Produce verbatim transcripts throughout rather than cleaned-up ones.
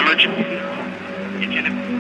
much. Get you in.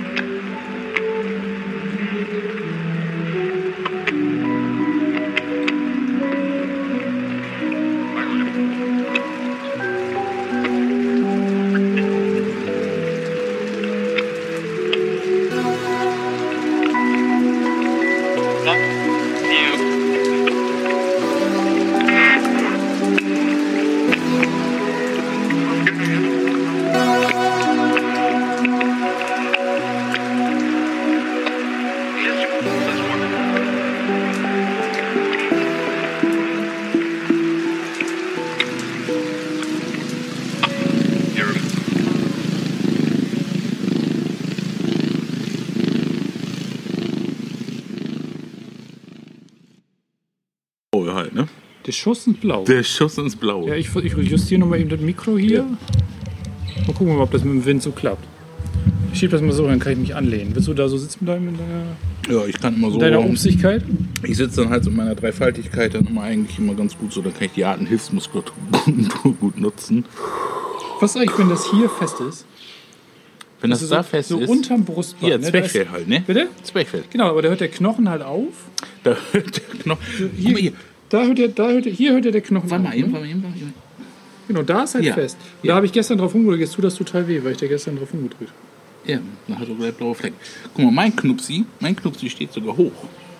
Halt, ne? Der Schuss ins Blau. Der Schuss ins Blau. Ja, ich, ich justiere nochmal eben das Mikro hier. Ja. Mal gucken, ob das mit dem Wind so klappt. Ich schieb das mal so, dann kann ich mich anlehnen. Willst du da so sitzen bleiben in deiner, ja, ich kann immer so. in deiner Umsichtigkeit? Ich sitze dann halt so in meiner Dreifaltigkeit dann immer eigentlich immer ganz gut so. Dann kann ich die Atemhilfsmuskulatur gut, gut nutzen. Was ist eigentlich, wenn das hier fest ist? Wenn das, das da so, fest so ist? So unterm Brustbein. Ja, Zwerchfell halt, ne? Bitte? Zwerchfell. Genau, aber da hört der Knochen halt auf. Da hört der Knochen... So, hier, hier. Da hört der, da hört der, hier hört der, der Knochen warte auf. Mal, ne? warte mal, warte mal. Genau, da ist halt ja. fest. Ja. Da habe ich gestern drauf rumgedrückt. Jetzt tut das total weh, weil ich da gestern drauf rumgedrückt habe. Ja, da hat er gleich blaue Flecken. Guck mal, mein Knupsi, mein Knupsi steht sogar hoch.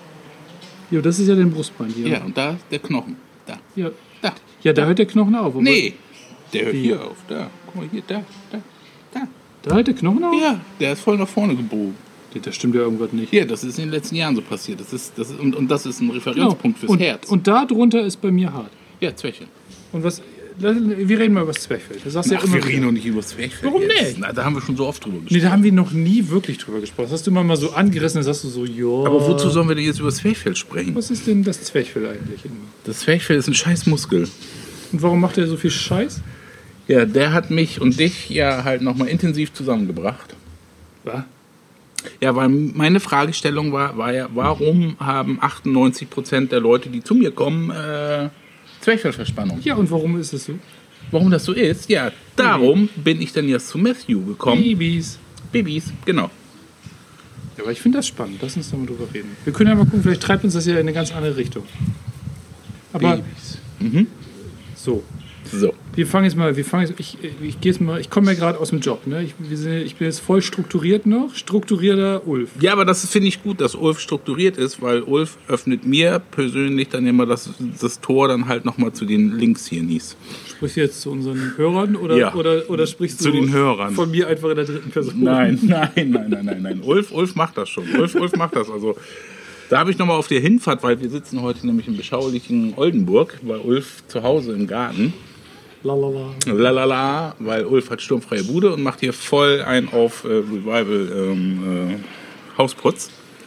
Ja, das ist ja der Brustbein hier. Ja, und da der Knochen. Da. Ja, da. Ja, da, da hört der Knochen auf. Nee, der hört Wie? hier auf. Da. Guck mal, hier, da, da, da. Da hört der Knochen auf? Ja, der ist voll nach vorne gebogen. Da stimmt ja irgendwas nicht. Ja, das ist in den letzten Jahren so passiert. Das ist, das ist, und, und das ist ein Referenzpunkt fürs und, Herz. Und da drunter ist bei mir hart. Ja, Zwerchfell. Und was... Wir reden mal über das Zwerchfell. Das sagst Ach, ja immer wir wieder. reden noch nicht über das Zwerchfell. Warum jetzt. nicht? Na, da haben wir schon so oft drüber gesprochen. Nee, da haben wir noch nie wirklich drüber gesprochen. Das hast du immer mal so angerissen, dann sagst du so, ja. Aber wozu sollen wir denn jetzt über das Zwerchfell sprechen? Was ist denn das Zwerchfell eigentlich? Das Zwerchfell ist ein scheiß Muskel. Und warum macht er so viel Scheiß? Ja, der hat mich und dich ja halt nochmal intensiv zusammengebracht. Was? Ja, weil meine Fragestellung war, war ja, warum haben achtundneunzig Prozent der Leute, die zu mir kommen, äh, Zwerchfellverspannung? Ja, und warum ist es so? Warum das so ist? Ja, darum Baby. bin ich dann jetzt zu Matthew gekommen. Babys. Babys, genau. Ja, aber ich finde das spannend. Lass uns da mal drüber reden. Wir können ja mal gucken, vielleicht treibt uns das ja in eine ganz andere Richtung. Aber Babys. Mhm. So. So. Wir fangen jetzt mal, wir fangen jetzt, ich, ich gehe jetzt mal, ich komme ja gerade aus dem Job, ne? Ich, wir sind, ich bin jetzt voll strukturiert noch, strukturierter Ulf. Ja, aber das finde ich gut, dass Ulf strukturiert ist, weil Ulf öffnet mir persönlich dann immer das, das Tor dann halt nochmal zu den Links hier nies. Sprichst du jetzt zu unseren Hörern oder, ja. oder, oder sprichst du zu den Hörern von mir einfach in der dritten Person? Nein, nein, nein, nein, nein, nein. Ulf, Ulf macht das schon. Ulf, Ulf macht das. Also da habe ich nochmal auf der Hinfahrt, weil wir sitzen heute nämlich im beschaulichen Oldenburg, bei Ulf zu Hause im Garten. Lalala. Lalala, weil Ulf hat sturmfreie Bude und macht hier voll ein auf äh, Revival ähm, äh, Hausputz.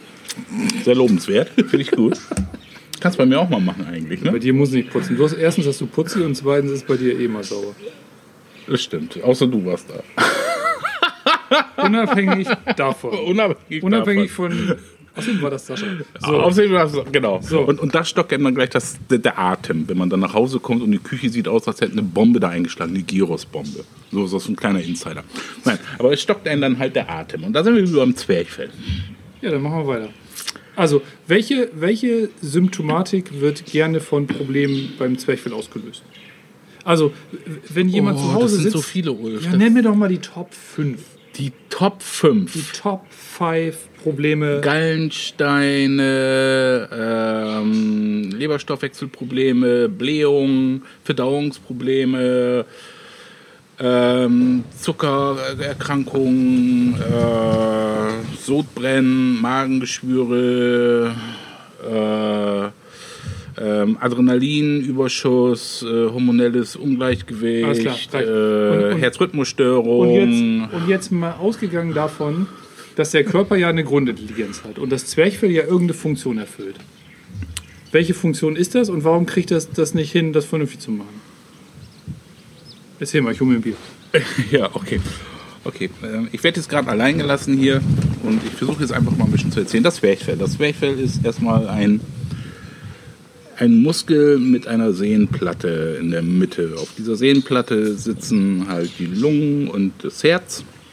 Sehr lobenswert, finde ich gut. Kannst bei mir auch mal machen eigentlich, ne? Bei dir muss nicht putzen. Du hast, erstens hast du Putzi und zweitens ist bei dir eh mal sauber. Das stimmt, außer du warst da. Unabhängig davon. Unabhängig, Unabhängig davon. von... Außerdem war das Sascha. So. Außerdem war das, genau. So. Und, und da stockt einem dann gleich das, der, der Atem, wenn man dann nach Hause kommt und die Küche sieht aus, als hätte eine Bombe da eingeschlagen, eine Gyros-Bombe. So, so ist ein kleiner Insider. Nein, aber es stockt einem dann halt der Atem. Und da sind wir wieder am Zwerchfell. Ja, dann machen wir weiter. Also, welche, welche Symptomatik wird gerne von Problemen beim Zwerchfell ausgelöst? Also, wenn jemand oh, zu Hause das sind sitzt... so viele, Ulf. Ja, nenn mir doch mal die Top fünf. Die Top fünf. Die Top fünf Probleme. Gallensteine, ähm, Leberstoffwechselprobleme, Blähung, Verdauungsprobleme, ähm, Zuckererkrankungen, äh, Sodbrennen, Magengeschwüre, äh, ähm, Adrenalinüberschuss, äh, hormonelles Ungleichgewicht, Alles klar, äh, und, und, Herzrhythmusstörung. Und jetzt, und jetzt mal ausgegangen davon, dass der Körper ja eine Grundintelligenz hat und das Zwerchfell ja irgendeine Funktion erfüllt. Welche Funktion ist das und warum kriegt das das nicht hin, das vernünftig zu machen? Erzähl mal, ich hole mir ein Bier. Ja, okay. Okay, ich werde jetzt gerade allein gelassen hier und ich versuche jetzt einfach mal ein bisschen zu erzählen. Das Zwerchfell. Das Zwerchfell ist erstmal ein, ein Muskel mit einer Sehnenplatte in der Mitte. Auf dieser Sehnenplatte sitzen halt die Lungen und das Herz.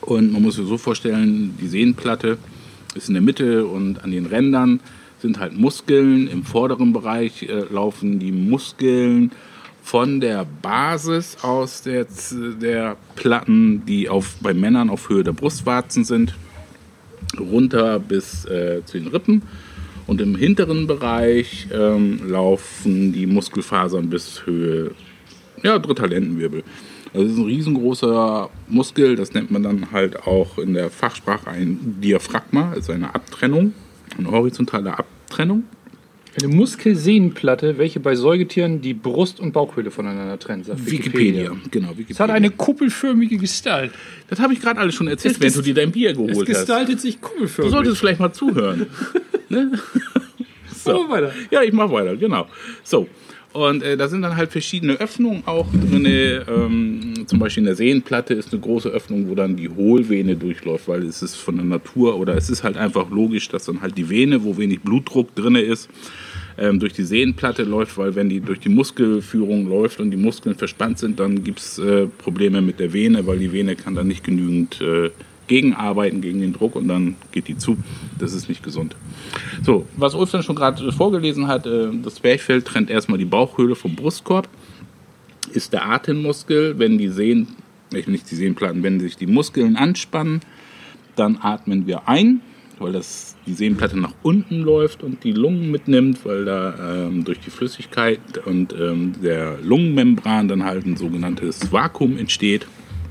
Und man muss sich so vorstellen, die Sehnenplatte ist in der Mitte und an den Rändern sind halt Muskeln. Im vorderen Bereich äh, laufen die Muskeln von der Basis aus der, der Platten, die auf, bei Männern auf Höhe der Brustwarzen sind, runter bis äh, zu den Rippen. Und im hinteren Bereich ähm, laufen die Muskelfasern bis Höhe, ja, dritter Lendenwirbel. Also das ist ein riesengroßer Muskel, das nennt man dann halt auch in der Fachsprache ein Diaphragma, also eine Abtrennung, eine horizontale Abtrennung. Eine Muskelsehnenplatte, welche bei Säugetieren die Brust- und Bauchhöhle voneinander trennt, sagt Wikipedia. Wikipedia, genau. Wikipedia. Es hat eine kuppelförmige Gestalt. Das habe ich gerade alles schon erzählt, wenn du dir dein Bier geholt hast. Es gestaltet sich kuppelförmig. Du solltest vielleicht mal zuhören. Ne? So. Mach weiter. Ja, ich mach weiter, genau. So. Und äh, da sind dann halt verschiedene Öffnungen auch drin. Ähm, zum Beispiel in der Sehnenplatte ist eine große Öffnung, wo dann die Hohlvene durchläuft, weil es ist von der Natur oder es ist halt einfach logisch, dass dann halt die Vene, wo wenig Blutdruck drin ist, ähm, durch die Sehnenplatte läuft, weil wenn die durch die Muskelführung läuft und die Muskeln verspannt sind, dann gibt es äh, Probleme mit der Vene, weil die Vene kann dann nicht genügend äh, gegenarbeiten gegen den Druck und dann geht die zu. Das ist nicht gesund. So, was Ulf dann schon gerade vorgelesen hat, äh, das Zwerchfell trennt erstmal die Bauchhöhle vom Brustkorb, ist der Atemmuskel, wenn die Sehnen, nicht die Sehnenplatten, wenn sich die Muskeln anspannen, dann atmen wir ein, weil das die Sehnenplatte nach unten läuft und die Lungen mitnimmt, weil da ähm, durch die Flüssigkeit und ähm, der Lungenmembran dann halt ein sogenanntes Vakuum entsteht.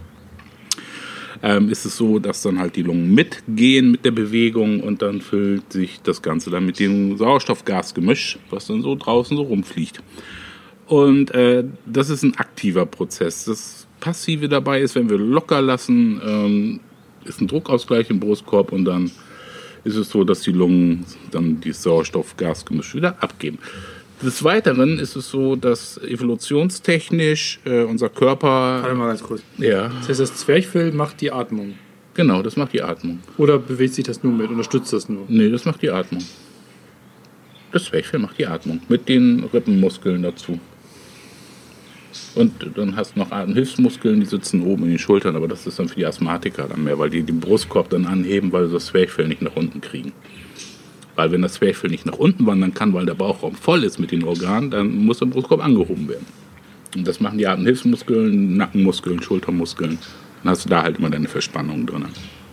Ähm, ist es so, dass dann halt die Lungen mitgehen mit der Bewegung und dann füllt sich das Ganze dann mit dem Sauerstoffgasgemisch, was dann so draußen so rumfliegt. Und äh, das ist ein aktiver Prozess. Das Passive dabei ist, wenn wir locker lassen, ähm, ist ein Druckausgleich im Brustkorb und dann ist es so, dass die Lungen dann dieses Sauerstoffgasgemisch wieder abgeben. Des Weiteren ist es so, dass evolutionstechnisch äh, unser Körper... Warte mal ganz kurz. Ja. Das heißt, das Zwerchfell macht die Atmung. Genau, das macht die Atmung. Oder bewegt sich das nur mit, unterstützt das nur? Nee, das macht die Atmung. Das Zwerchfell macht die Atmung. Mit den Rippenmuskeln dazu. Und dann hast du noch Atemhilfsmuskeln, die sitzen oben in den Schultern, aber das ist dann für die Asthmatiker dann mehr, weil die den Brustkorb dann anheben, weil sie das Zwerchfell nicht nach unten kriegen. Weil wenn das Zwerchfell nicht nach unten wandern kann, weil der Bauchraum voll ist mit den Organen, dann muss der Brustkorb angehoben werden. Und das machen die Atemhilfsmuskeln, Nackenmuskeln, Schultermuskeln. Dann hast du da halt immer deine Verspannung drin.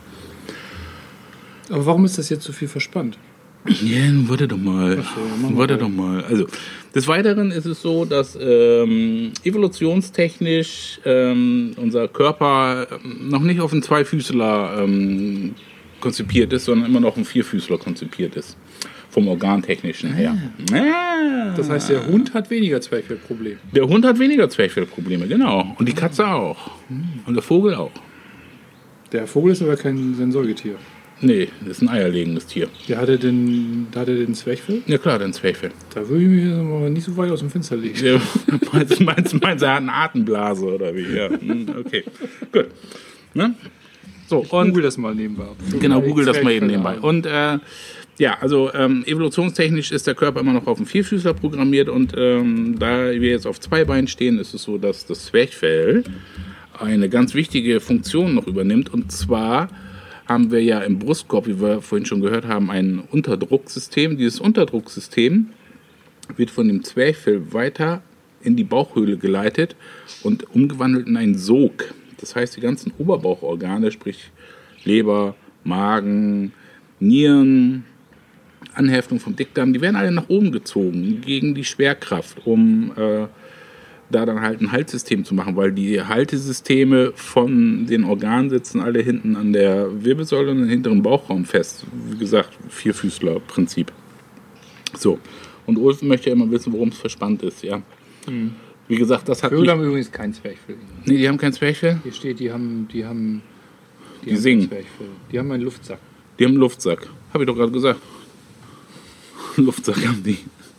Aber warum ist das jetzt so viel verspannt? Ja, nun warte doch mal. Ach so, ja, warte doch mal. Also, des Weiteren ist es so, dass ähm, evolutionstechnisch ähm, unser Körper noch nicht auf einen Zweifüßler ähm, konzipiert ist, sondern immer noch ein Vierfüßler konzipiert ist. Vom Organtechnischen her. Ah. Das heißt, der Hund hat weniger Zwerchfellprobleme. Der Hund hat weniger Zwerchfellprobleme, genau. Und die Katze auch. Und der Vogel auch. Der Vogel ist aber kein kein Säugetier. Nee, das ist ein eierlegendes Tier. Der hatte den, der hatte den Zwerchfell? Ja klar, der hat ein Zwerchfell. Da würde ich mich aber nicht so weit aus dem Fenster legen. Ja, meinst, meinst, meinst, er hat eine Atemblase oder wie? Ja, okay, gut. Ne? So, und Google das mal nebenbei. Genau, google das mal eben nebenbei. Und äh, ja, also ähm, evolutionstechnisch ist der Körper immer noch auf einen Vierfüßler programmiert und ähm, da wir jetzt auf zwei Beinen stehen, ist es so, dass das Zwerchfell eine ganz wichtige Funktion noch übernimmt. Und zwar haben wir ja im Brustkorb, wie wir vorhin schon gehört haben, ein Unterdrucksystem. Dieses Unterdrucksystem wird von dem Zwerchfell weiter in die Bauchhöhle geleitet und umgewandelt in einen Sog. Das heißt, die ganzen Oberbauchorgane, sprich Leber, Magen, Nieren, Anheftung vom Dickdarm, die werden alle nach oben gezogen gegen die Schwerkraft, um äh, da dann halt ein Haltsystem zu machen, weil die Haltesysteme von den Organen sitzen alle hinten an der Wirbelsäule und im hinteren Bauchraum fest. Wie gesagt, Vierfüßler-Prinzip. So, und Ulf möchte ja immer wissen, warum es verspannt ist, ja. Mhm. Wie gesagt, das hat Vögel haben übrigens kein Zwerchfell. Nee, die haben kein Zwerchfell? Hier steht, die haben, die haben, die, haben singen. Zwerchfell. Die haben einen Luftsack. Die haben einen Luftsack. Habe ich doch gerade gesagt. Luftsack haben die.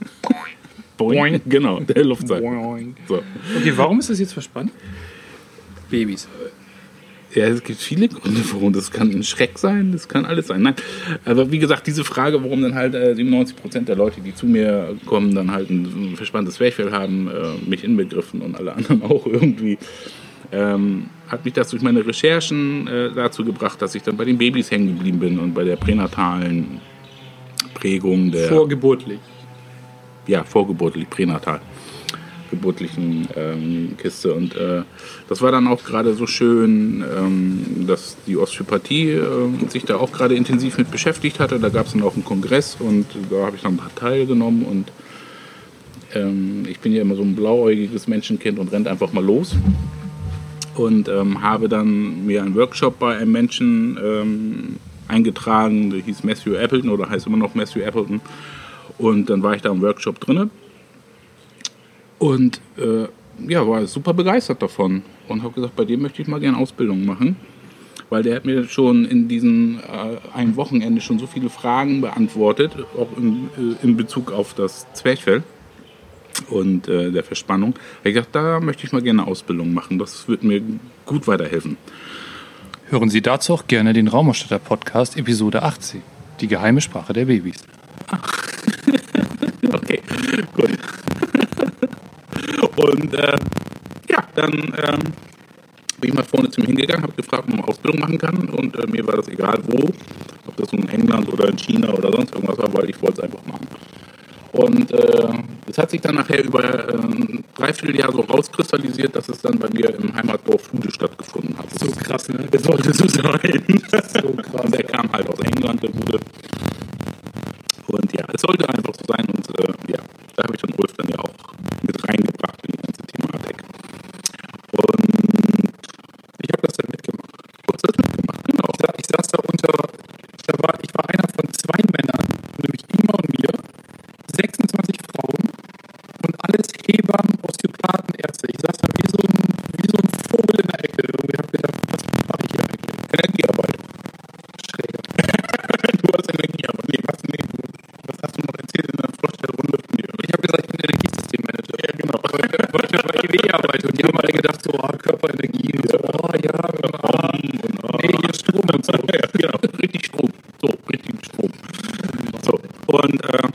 Boing. Genau, der Luftsack. Boing. So. Okay, warum ist das jetzt verspannt? Babys. Ja, es gibt viele Gründe, warum. Das kann ein Schreck sein, das kann alles sein. Nein, aber wie gesagt, diese Frage, warum dann halt äh, siebenundneunzig Prozent der Leute, die zu mir kommen, dann halt ein verspanntes Zwerchfell haben, äh, mich inbegriffen und alle anderen auch irgendwie, ähm, hat mich das durch meine Recherchen äh, dazu gebracht, dass ich dann bei den Babys hängen geblieben bin und bei der pränatalen Prägung der... Vorgeburtlich. Ja, vorgeburtlich, pränatal. Geburtlichen ähm, Kiste. Und äh, das war dann auch gerade so schön, ähm, dass die Osteopathie äh, sich da auch gerade intensiv mit beschäftigt hatte. Da gab es dann auch einen Kongress und da habe ich dann teilgenommen. Und ähm, ich bin ja immer so ein blauäugiges Menschenkind und rennt einfach mal los. Und ähm, habe dann mir einen Workshop bei einem Menschen ähm, eingetragen, der hieß Matthew Appleton oder heißt immer noch Matthew Appleton. Und dann war ich da im Workshop drinne. Und äh, ja, war super begeistert davon und habe gesagt, bei dem möchte ich mal gerne Ausbildung machen, weil der hat mir schon in diesem äh, ein Wochenende schon so viele Fragen beantwortet, auch in, äh, in Bezug auf das Zwerchfell und äh, der Verspannung. Da habe ich gesagt, da möchte ich mal gerne Ausbildung machen, das wird mir gut weiterhelfen. Hören Sie dazu auch gerne den Raumerstatter Podcast Episode achtzig, die geheime Sprache der Babys. Okay, gut. Und äh, ja, dann ähm, bin ich mal vorne zu ihm hingegangen, habe gefragt, ob man Ausbildung machen kann. Und äh, mir war das egal wo, ob das in England oder in China oder sonst irgendwas war, weil ich wollte es einfach machen. Und äh, es hat sich dann nachher über äh, ein Dreivierteljahr so rauskristallisiert, dass es dann bei mir im Heimatdorf Hude stattgefunden hat. So krass, ne? Das sollte so sein. So krass. Und der kam halt aus England, der Hude. Und ja, es sollte einfach so sein. Und äh, ja, da habe ich dann Ulf dann ja auch mit reingebracht in die ganze Thematik. Und ich habe das dann mitgemacht. Du hast das mitgemacht, genau. Ich, sa- ich saß da unter, da war, ich war einer von zwei Männern, nämlich Ingmar und mir, sechsundzwanzig Frauen und alles Hebammen, Osteopathen, Ärzte. Ich saß da wie so ein, wie so ein Vogel in der Ecke und ich habe gedacht, was mache ich hier eigentlich? Energiearbeit. Schräger. Du hast Energiearbeit. Nee, was, nee, du, was hast du noch erzählt in der Vorstellrunde? Ich habe gesagt, ich bin Energiesystemmanager. Ja, genau. Wollte, wollte bei E W arbeiten und die haben alle gedacht, so, ah, Körperenergien und so, oh ja, ah, Und, ah, nee, hier Strom und so. ja, genau. Richtig Strom. So, richtig Strom. So, und äh,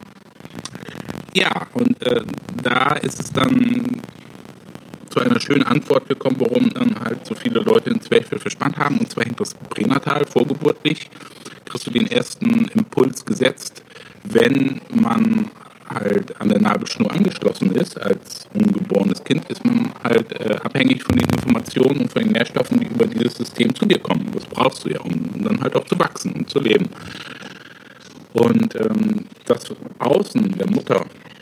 ja, und äh, da ist es dann zu einer schönen Antwort gekommen, warum dann halt so viele Leute den Zwerchfell verspannt haben. Und zwar hängt das pränatal, vorgeburtlich. Kriegst du den ersten Impuls gesetzt, wenn man halt an der Nabelschnur angeschlossen ist, als ungeborenes Kind, ist man halt äh, abhängig von den Informationen und von den Nährstoffen, die über dieses System zu dir kommen. Das brauchst du ja, um dann halt auch zu wachsen und zu leben. Und ähm, das Außen der Mutter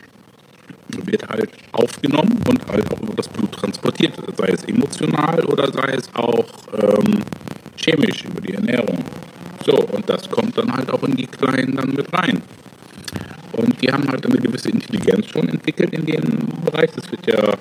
wird halt aufgenommen und halt auch über das Blut transportiert, sei es emotional oder sei es auch ähm, chemisch über die Ernährung. So, und das kommt dann halt auch in die Kleinen dann mit rein. Und die haben halt eine gewisse Intelligenz schon entwickelt in dem Bereich. Das wird ja,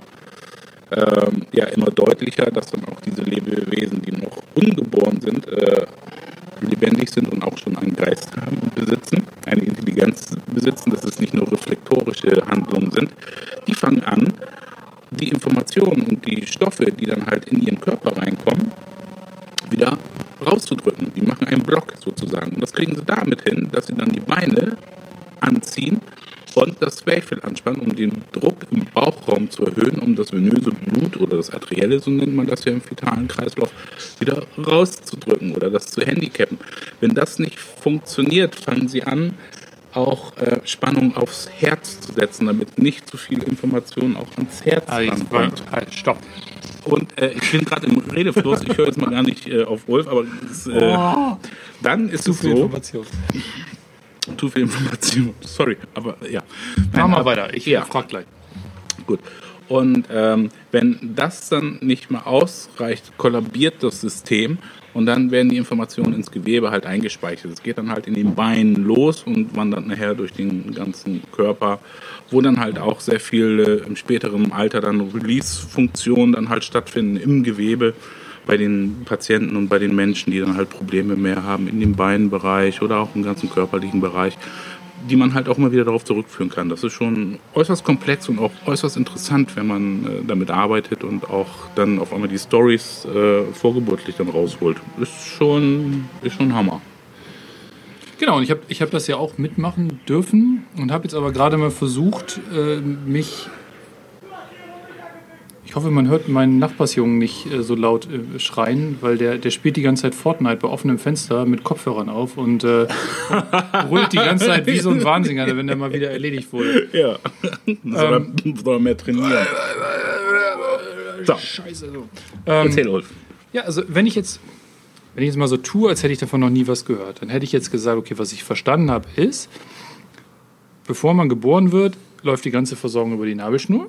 ähm, ja immer deutlicher, dass dann auch diese Lebewesen, die noch ungeboren sind, äh, lebendig sind und auch schon einen Geist haben und besitzen, eine Intelligenz besitzen, dass es nicht nur reflektorische Handlungen sind. Die fangen an, die Informationen und die Stoffe, die dann halt in ihren Körper reinkommen, wieder rauszudrücken. Die machen einen Block sozusagen. Und das kriegen sie damit hin, dass sie dann die Beine anziehen und das Zwerchfell anspannen, um den Druck im Bauchraum zu erhöhen, um das venöse Blut oder das arterielle, so nennt man das ja im fetalen Kreislauf, wieder rauszudrücken oder das zu handicappen. Wenn das nicht funktioniert, fangen sie an, auch äh, Spannung aufs Herz zu setzen, damit nicht zu viel Information auch ans Herz rankommt. Halt, stopp. Und äh, ich bin gerade im Redefluss, ich höre jetzt mal gar nicht äh, auf Wolf, aber das, äh, Oh. dann ist Zu es viel so, Information. zu viel Information, sorry, aber ja. Mach mal aber- weiter, ich ja. frag gleich. Gut. Und ähm, wenn das dann nicht mehr ausreicht, kollabiert das System und dann werden die Informationen ins Gewebe halt eingespeichert. Es geht dann halt in den Beinen los und wandert nachher durch den ganzen Körper, wo dann halt auch sehr viel äh, im späteren Alter dann Release-Funktionen dann halt stattfinden im Gewebe bei den Patienten und bei den Menschen, die dann halt Probleme mehr haben in dem Beinbereich oder auch im ganzen körperlichen Bereich, die man halt auch immer wieder darauf zurückführen kann. Das ist schon äußerst komplex und auch äußerst interessant, wenn man äh, damit arbeitet und auch dann auf einmal die Storys äh, vorgeburtlich dann rausholt. Ist schon, ist schon Hammer. Genau, und ich habe ich hab das ja auch mitmachen dürfen und habe jetzt aber gerade mal versucht, äh, mich, ich Ich hoffe, man hört meinen Nachbarsjungen nicht äh, so laut äh, schreien, weil der, der spielt die ganze Zeit Fortnite bei offenem Fenster mit Kopfhörern auf und äh, brüllt die ganze Zeit wie so ein Wahnsinniger, wenn der mal wieder erledigt wurde. Ja. Soll er, soll er mehr trainieren. So. Scheiße. So. Ähm, Erzähl, Ulf. ja, also wenn ich jetzt, wenn ich jetzt mal so tue, als hätte ich davon noch nie was gehört, dann hätte ich jetzt gesagt, okay, was ich verstanden habe, ist, bevor man geboren wird, läuft die ganze Versorgung über die Nabelschnur.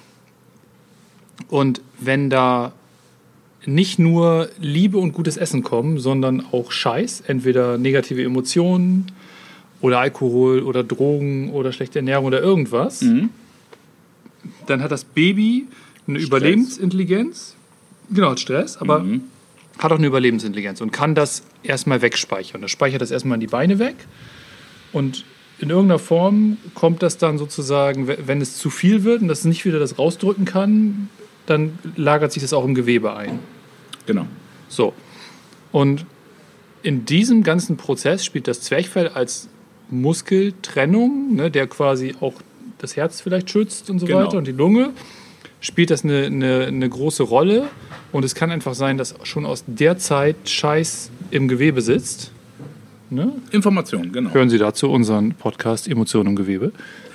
Und wenn da nicht nur Liebe und gutes Essen kommen, sondern auch Scheiß, entweder negative Emotionen oder Alkohol oder Drogen oder schlechte Ernährung oder irgendwas, mhm. dann hat das Baby eine Stress. Überlebensintelligenz, genau, Stress, aber Mhm. hat auch eine Überlebensintelligenz und kann das erstmal wegspeichern. Das speichert das erstmal in die Beine weg und in irgendeiner Form kommt das dann sozusagen, wenn es zu viel wird und das nicht wieder das rausdrücken kann, dann lagert sich das auch im Gewebe ein. Genau. So. Und in diesem ganzen Prozess spielt das Zwerchfell als Muskeltrennung, ne, der quasi auch das Herz vielleicht schützt und so Genau. weiter und die Lunge, spielt das eine, eine, eine große Rolle. Und es kann einfach sein, dass schon aus der Zeit Scheiß im Gewebe sitzt. Ne? Information, genau. Hören Sie dazu unseren Podcast Emotionen im Gewebe.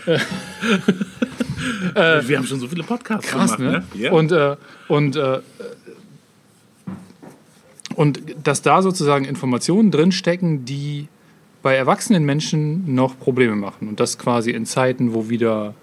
Wir haben schon so viele Podcasts Krass, gemacht. ne? Ne? Ja. Und, äh, und, äh, und dass da sozusagen Informationen drinstecken, die bei erwachsenen Menschen noch Probleme machen. Und das quasi in Zeiten, wo wieder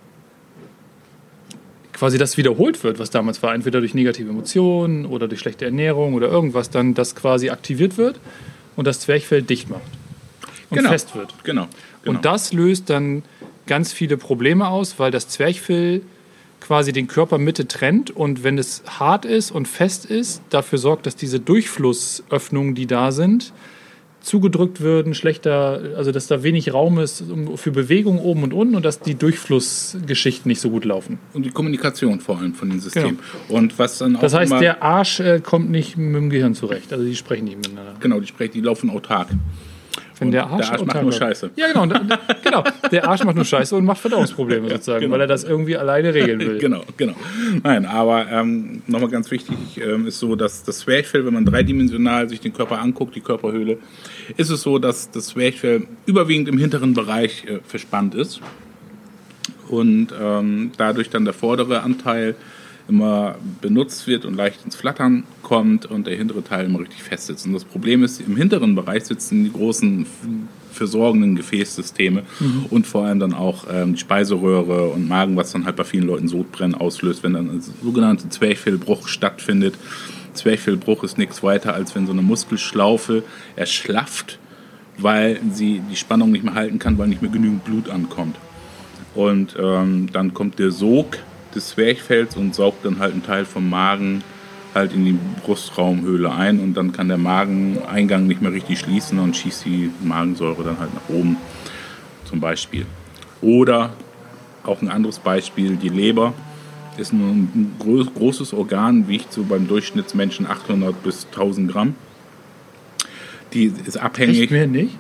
quasi das wiederholt wird, was damals war, entweder durch negative Emotionen oder durch schlechte Ernährung oder irgendwas, dann das quasi aktiviert wird und das Zwerchfell dicht macht und Genau. fest wird. Genau. genau. Und das löst dann ganz viele Probleme aus, weil das Zwerchfell quasi den Körpermitte trennt und wenn es hart ist und fest ist, dafür sorgt, dass diese Durchflussöffnungen, die da sind, zugedrückt würden, schlechter, also dass da wenig Raum ist für Bewegung oben und unten und dass die Durchflussgeschichten nicht so gut laufen. Und die Kommunikation vor allem von den Systemen. Und was dann auch Das heißt, immer, der Arsch äh, kommt nicht mit dem Gehirn zurecht, also die sprechen nicht miteinander. Genau, die sprechen, die laufen autark. Wenn Und der Arsch, der Arsch macht autark nur läuft. Scheiße. Ja, genau, da- genau. Der Arsch macht nur Scheiße und macht Verdauungsprobleme sozusagen, genau. weil er das irgendwie alleine regeln will. Genau, genau. Nein, aber ähm, nochmal ganz wichtig ähm, ist so, dass das Zwerchfell, wenn man dreidimensional sich den Körper anguckt, die Körperhöhle, ist es so, dass das Zwerchfell überwiegend im hinteren Bereich äh, verspannt ist und ähm, dadurch dann der vordere Anteil immer benutzt wird und leicht ins Flattern kommt und der hintere Teil immer richtig fest sitzt. Und das Problem ist, im hinteren Bereich sitzen die großen versorgenden Gefäßsysteme mhm. und vor allem dann auch ähm, die Speiseröhre und Magen, was dann halt bei vielen Leuten Sodbrennen auslöst, wenn dann ein sogenannter Zwerchfellbruch stattfindet. Zwerchfellbruch ist nichts weiter, als wenn so eine Muskelschlaufe erschlafft, weil sie die Spannung nicht mehr halten kann, weil nicht mehr genügend Blut ankommt. Und ähm, dann kommt der Sog des Zwerchfells und saugt dann halt einen Teil vom Magen halt in die Brustraumhöhle ein und dann kann der Mageneingang nicht mehr richtig schließen und schießt die Magensäure dann halt nach oben zum Beispiel. Oder auch ein anderes Beispiel, die Leber ist ein groß, großes Organ, wiegt so beim Durchschnittsmenschen achthundert bis tausend Gramm. Die ist abhängig. Echt mehr nicht?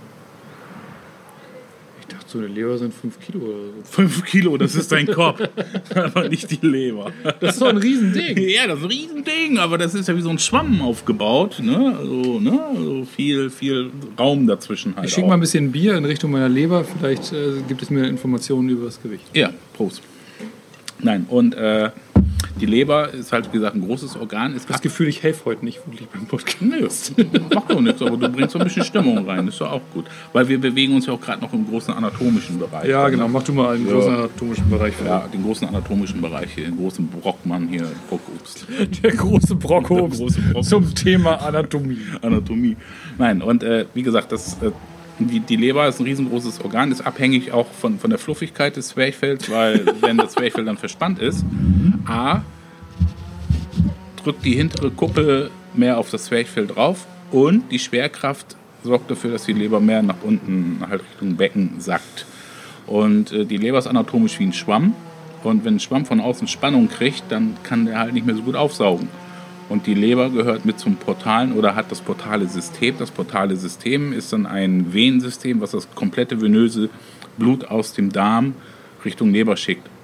Ich dachte, so eine Leber sind fünf Kilo oder so. fünf Kilo, das ist dein Kopf, aber nicht die Leber. Das ist doch ein Riesending. Ja, das ist ein Riesending, aber das ist ja wie so ein Schwamm aufgebaut. Ne? Also, ne? Also viel, viel Raum dazwischen halt. Ich schicke mal ein bisschen Bier in Richtung meiner Leber. Vielleicht äh, gibt es mir Informationen über das Gewicht. Ja, Prost. Nein, und äh, die Leber ist halt, wie gesagt, ein großes Organ. Ist Das Gefühl, ich helfe heute nicht wirklich beim Podcast. Nö, macht doch nichts, aber du bringst so ein bisschen Stimmung rein, ist doch auch gut. Weil wir bewegen uns ja auch gerade noch im großen anatomischen Bereich. Ja, genau. Mach du mal einen Ja. großen anatomischen Bereich. Ja, den großen anatomischen Bereich hier, den großen Brockmann hier, Brockobst. Der große Brockobst Der große Brockobst. zum Thema Anatomie. Anatomie. Nein, und äh, wie gesagt, das, äh, die, die Leber ist ein riesengroßes Organ, ist abhängig auch von, von der Fluffigkeit des Zwerchfells, weil wenn das Zwerchfell dann verspannt ist, A, drückt die hintere Kuppel mehr auf das Zwerchfell drauf und die Schwerkraft sorgt dafür, dass die Leber mehr nach unten, halt Richtung Becken sackt. Und äh, die Leber ist anatomisch wie ein Schwamm und wenn ein Schwamm von außen Spannung kriegt, dann kann der halt nicht mehr so gut aufsaugen. Und die Leber gehört mit zum portalen oder hat das portale System. Das portale System ist dann ein Venensystem, was das komplette venöse Blut aus dem Darm Richtung Leber schickt.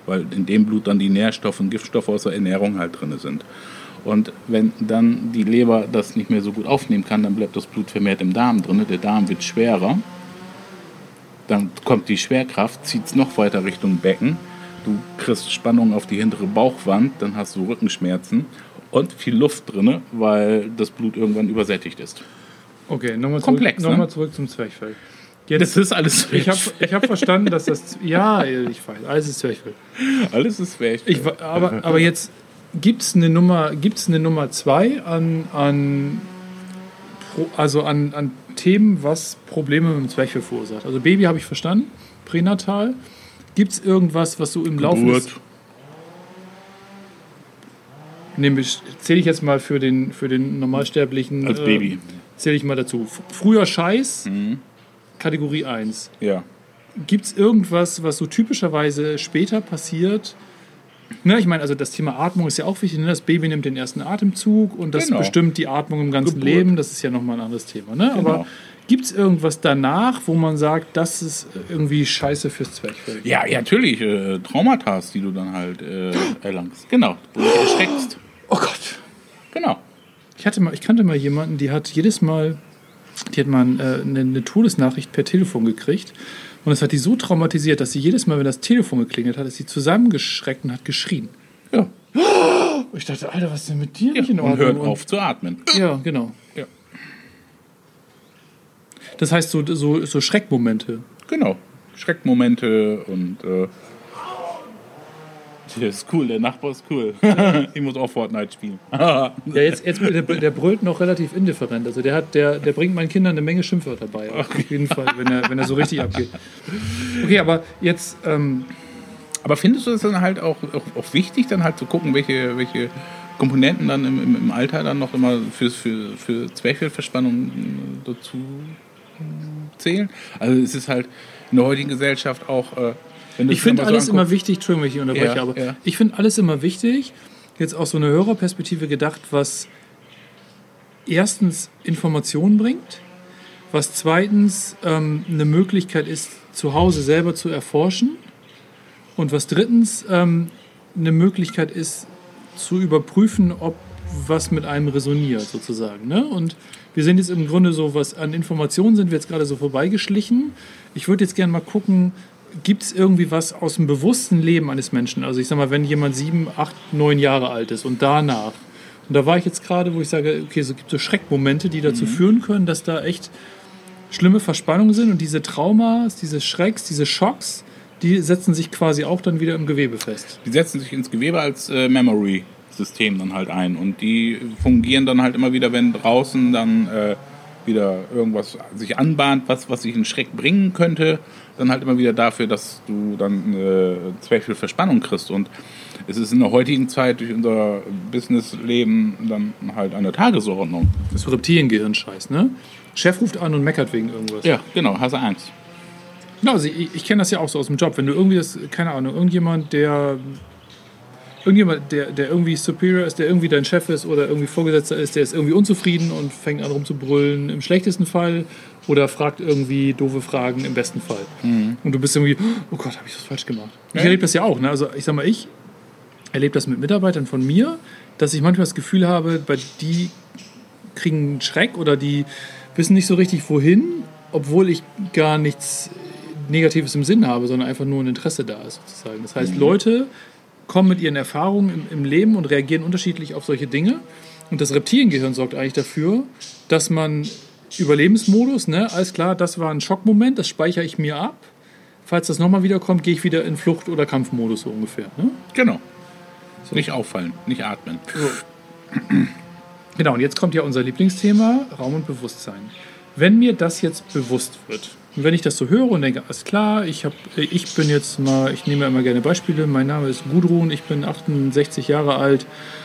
weil in dem Blut dann die Nährstoffe und Giftstoffe aus der Ernährung halt drin sind. Und wenn dann die Leber das nicht mehr so gut aufnehmen kann, dann bleibt das Blut vermehrt im Darm drin. Der Darm wird schwerer. Dann kommt die Schwerkraft, zieht es noch weiter Richtung Becken. Du kriegst Spannung auf die hintere Bauchwand, dann hast du Rückenschmerzen und viel Luft drin, weil das Blut irgendwann übersättigt ist. Okay, nochmal zurück, Komplex, noch mal ne? zurück zum Zwerchfell. Jetzt, Das ist alles ich habe ich hab verstanden, dass das... Ja, ich weiß, alles ist Zwerchfell. Alles ist weg. Ich, wa- aber, aber jetzt gibt es eine Nummer, gibt's eine Nummer zwei an, an, Pro- also an, an Themen, was Probleme mit dem Zwerchfell verursacht. Also Baby habe ich verstanden, pränatal. Gibt es irgendwas, was so im Laufe des... Geburt. Nämlich zähle ich jetzt mal für den, für den Normalsterblichen... Als Baby. Zähle ich mal dazu. F- Früher Scheiß, Mhm. Kategorie eins. Ja. Gibt es irgendwas, was so typischerweise später passiert? Ne, ich meine, also das Thema Atmung ist ja auch wichtig. Ne? Das Baby nimmt den ersten Atemzug und das Genau. bestimmt die Atmung im ganzen Geburt. Leben. Das ist ja nochmal ein anderes Thema. Ne? Genau. Aber gibt es irgendwas danach, wo man sagt, das ist irgendwie scheiße fürs Zwerchfell? Ja, ja, natürlich. Äh, Traumata, die du dann halt äh, erlangst. Genau. Wo du dich erschreckst. Oh Gott. Genau. Ich, hatte mal, ich kannte mal jemanden, die hat jedes Mal, die hat mal äh, eine, eine Todesnachricht per Telefon gekriegt. Und das hat die so traumatisiert, dass sie jedes Mal, wenn das Telefon geklingelt hat, ist sie zusammengeschreckt und hat geschrien. Ja. Ich dachte, Alter, was ist denn mit dir ja. nicht in Und Ordnung? hört auf zu atmen. Ja, genau. Ja. Das heißt, so, so, so Schreckmomente. Genau. Schreckmomente und äh, das ist cool, der Nachbar ist cool. Ich muss auch Fortnite spielen. Ja, jetzt, jetzt der, der brüllt noch relativ indifferent. Also der hat, der, der bringt meinen Kindern eine Menge Schimpfwörter bei. Auf jeden Fall, wenn er, wenn er so richtig abgeht. Okay, aber jetzt, ähm, Aber findest du es dann halt auch, auch, auch wichtig, dann halt zu gucken, welche, welche Komponenten dann im, im, im Alter dann noch immer für, für, für Zwerchfellverspannung dazu zählen? Also es ist halt in der heutigen Gesellschaft auch... Äh, wenn du ich es finde mal so alles immer anguckst- wichtig, Entschuldigung, wenn ich unterbreche, Ja, aber ja. ich finde alles immer wichtig, jetzt aus so einer Hörerperspektive gedacht, was erstens Informationen bringt, was zweitens ähm, eine Möglichkeit ist, zu Hause selber zu erforschen und was drittens ähm, eine Möglichkeit ist, zu überprüfen, ob was mit einem resoniert, sozusagen. Ne? Und wir sind jetzt im Grunde so, was an Informationen sind wir jetzt gerade so vorbeigeschlichen. Ich würde jetzt gerne mal gucken, gibt es irgendwie was aus dem bewussten Leben eines Menschen? Also ich sag mal, wenn jemand sieben, acht, neun Jahre alt ist und danach. Und da war ich jetzt gerade, wo ich sage, okay, es gibt so Schreckmomente, die dazu führen können, dass da echt schlimme Verspannungen sind und diese Traumas, diese Schrecks, diese Schocks, die setzen sich quasi auch dann wieder im Gewebe fest. Die setzen sich ins Gewebe als äh, Memory-System dann halt ein. Und die fungieren dann halt immer wieder, wenn draußen dann äh, wieder irgendwas sich anbahnt, was, was sich in Schreck bringen könnte, dann halt immer wieder dafür, dass du dann äh, Zwerchfellverspannung kriegst. Und es ist in der heutigen Zeit durch unser Businessleben dann halt an der Tagesordnung. Das ist Reptiliengehirn-Scheiß, ne? Chef ruft an und meckert wegen irgendwas. Ja, genau, hast du Angst. Ja, also ich, ich kenne das ja auch so aus dem Job. Wenn du irgendwie das, keine Ahnung, irgendjemand, der irgendjemand, der, der irgendwie superior ist, der irgendwie dein Chef ist oder irgendwie Vorgesetzter ist, der ist irgendwie unzufrieden und fängt an rumzubrüllen im schlechtesten Fall oder fragt irgendwie doofe Fragen im besten Fall. Mhm. Und du bist irgendwie, oh Gott, habe ich was falsch gemacht. Ich Ja. erlebe das ja auch. Ne? Also ich sag mal, ich erlebe das mit Mitarbeitern von mir, dass ich manchmal das Gefühl habe, bei die kriegen einen Schreck oder die wissen nicht so richtig wohin, obwohl ich gar nichts Negatives im Sinn habe, sondern einfach nur ein Interesse da ist sozusagen. Das heißt, Leute kommen mit ihren Erfahrungen im, im Leben und reagieren unterschiedlich auf solche Dinge. Und das Reptiliengehirn sorgt eigentlich dafür, dass man Überlebensmodus, ne, alles klar, das war ein Schockmoment, das speichere ich mir ab. Falls das nochmal wiederkommt, gehe ich wieder in Flucht- oder Kampfmodus so ungefähr. Ne? Genau. Nicht auffallen, nicht atmen. Genau, und jetzt kommt ja unser Lieblingsthema, Raum und Bewusstsein. Wenn mir das jetzt bewusst wird, und wenn ich das so höre und denke, alles klar, ich, hab, ich bin jetzt mal, ich nehme immer gerne Beispiele, mein Name ist Gudrun, ich bin achtundsechzig Jahre alt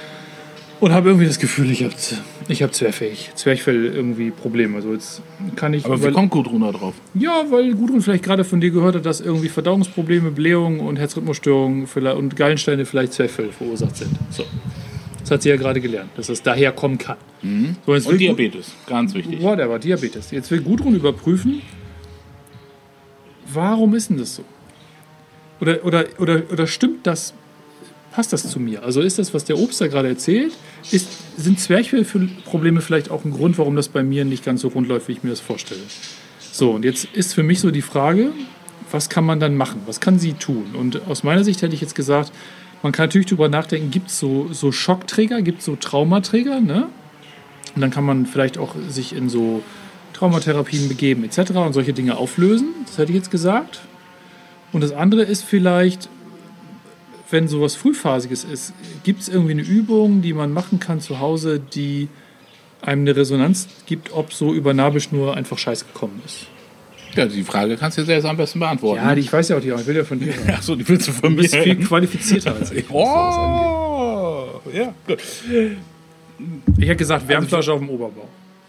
und habe irgendwie das Gefühl, ich habe ich hab Zwerchfell, Zwerchfell irgendwie Probleme. Also jetzt kann ich... Aber wie weil- kommt Gudrun da drauf? Ja, weil Gudrun vielleicht gerade von dir gehört hat, dass irgendwie Verdauungsprobleme, Blähungen und Herzrhythmusstörungen vielleicht, und Gallensteine vielleicht Zwerchfell verursacht sind. So. Das hat sie ja gerade gelernt, dass das daher kommen kann. So, jetzt will Und Gu- Diabetes, ganz wichtig. Whatever, Diabetes. Jetzt will Gudrun überprüfen, warum ist denn das so? Oder, oder, oder, oder stimmt das, passt das zu mir? Also ist das, was der Obst da gerade erzählt, ist, sind Zwerchfellprobleme vielleicht auch ein Grund, warum das bei mir nicht ganz so rund läuft, wie ich mir das vorstelle? So, und jetzt ist für mich so die Frage, was kann man dann machen? Was kann sie tun? Und aus meiner Sicht hätte ich jetzt gesagt, man kann natürlich darüber nachdenken, gibt es so, so Schockträger, gibt es so Traumaträger, ne? Und dann kann man vielleicht auch sich in so Traumatherapien begeben et cetera und solche Dinge auflösen. Das hätte ich jetzt gesagt. Und das andere ist vielleicht, wenn sowas Frühphasiges ist, gibt es irgendwie eine Übung, die man machen kann zu Hause, die einem eine Resonanz gibt, ob so über Nabelschnur einfach Scheiß gekommen ist? Ja, die Frage kannst du dir selbst am besten beantworten. Ja, die, ich weiß ja auch die auch. Ich will ja von dir hören. Achso, die willst du von Du mir. bist viel qualifizierter als ich. Oh, ja, gut. Ich hätte gesagt, Wärmflasche auf dem Oberbauch.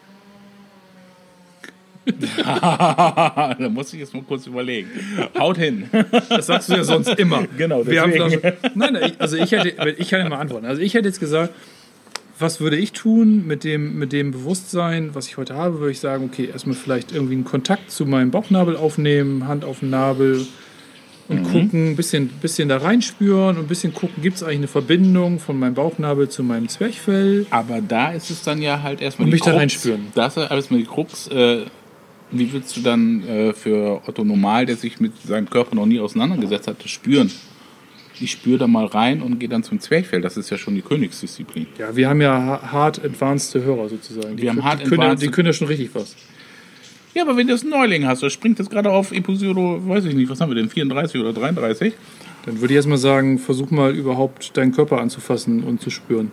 Da muss ich jetzt mal kurz überlegen. Haut hin. Das sagst du ja sonst immer. Genau, deswegen. Wärmflasche. Nein, nein, also ich hätte, ich kann ja mal antworten. Also ich hätte jetzt gesagt, was würde ich tun mit dem, mit dem Bewusstsein, was ich heute habe, würde ich sagen, okay, erstmal vielleicht irgendwie einen Kontakt zu meinem Bauchnabel aufnehmen, Hand auf den Nabel und mhm. gucken, ein bisschen, bisschen da reinspüren und ein bisschen gucken, gibt es eigentlich eine Verbindung von meinem Bauchnabel zu meinem Zwerchfell. Aber da ist es dann ja halt erstmal und die mich Krux. da reinspüren. Da ist erstmal die Krux. Äh, wie willst du dann äh, für Otto Normal, der sich mit seinem Körper noch nie auseinandergesetzt hat, das spüren? Ich spüre da mal rein und gehe dann zum Zwerchfell. Das ist ja schon die Königsdisziplin. Ja, wir haben ja hart advanced Hörer sozusagen. Die, wir haben hart die, können, advanced. die können ja schon richtig was. Ja, aber wenn du das Neuling hast, das springt jetzt gerade auf Episode, weiß ich nicht, was haben wir denn, vierunddreißig oder dreiunddreißig? Dann würde ich erstmal sagen, versuch mal überhaupt deinen Körper anzufassen und zu spüren.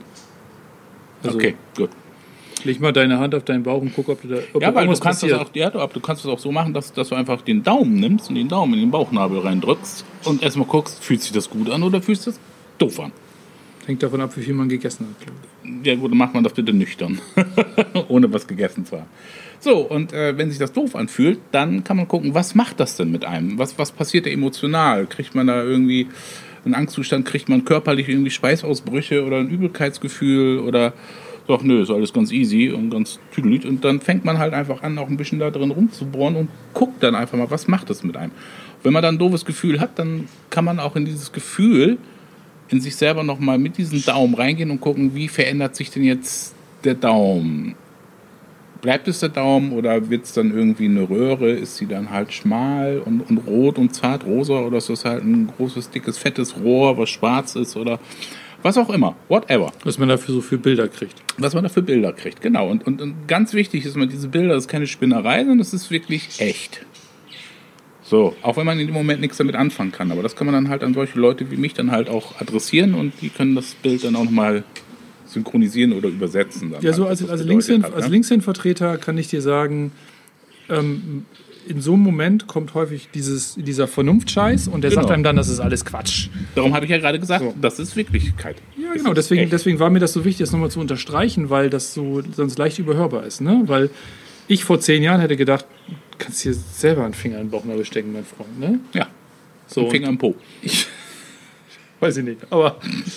Also, okay, gut. Leg mal deine Hand auf deinen Bauch und guck, ob du da ob ja, da weil du irgendwas kannst, das passiert. auch, ja, du kannst das auch so machen, dass, dass du einfach den Daumen nimmst und den Daumen in den Bauchnabel reindrückst und erstmal guckst, fühlt sich das gut an oder fühlt sich das doof an? Hängt davon ab, wie viel man gegessen hat, glaube ich. Ja gut, dann macht man das bitte nüchtern. Ohne was gegessen zu haben. So, und äh, wenn sich das doof anfühlt, dann kann man gucken, was macht das denn mit einem? Was, was passiert da emotional? Kriegt man da irgendwie einen Angstzustand? Kriegt man körperlich irgendwie Schweißausbrüche oder ein Übelkeitsgefühl? Oder doch, nö, ist alles ganz easy und ganz tüdelig. Und dann fängt man halt einfach an, auch ein bisschen da drin rumzubohren und guckt dann einfach mal, was macht das mit einem? Wenn man dann ein doofes Gefühl hat, dann kann man auch in dieses Gefühl in sich selber nochmal mit diesem Daumen reingehen und gucken, wie verändert sich denn jetzt der Daumen? Bleibt es der Daumen oder wird es dann irgendwie eine Röhre? Ist sie dann halt schmal und, und rot und zart rosa oder ist das halt ein großes, dickes, fettes Rohr, was schwarz ist oder was auch immer, whatever. Was man dafür so für Bilder kriegt. Was man dafür Bilder kriegt, genau. Und, und, und ganz wichtig ist, man diese Bilder, das ist keine Spinnerei, sondern das ist wirklich echt. So, auch wenn man in dem Moment nichts damit anfangen kann. Aber das kann man dann halt an solche Leute wie mich dann halt auch adressieren und die können das Bild dann auch nochmal synchronisieren oder übersetzen. Dann ja, so halt, als, als, Linkshänd, hat, als ne? Linkshändvertreter kann ich dir sagen, ähm, in so einem Moment kommt häufig dieses, dieser Vernunftscheiß und der Genau. sagt einem dann, das ist alles Quatsch. Darum habe ich ja gerade gesagt, So. das ist Wirklichkeit. Ja, Das genau. ist Deswegen, echt. deswegen war mir das so wichtig, das nochmal zu unterstreichen, weil das so sonst leicht überhörbar ist. Ne? Weil ich vor zehn Jahren hätte gedacht, du kannst dir selber einen Finger in den Bauchnabel stecken, mein Freund. Ne? Ja, So, ein Finger im Po. Ich, weiß ich nicht, aber...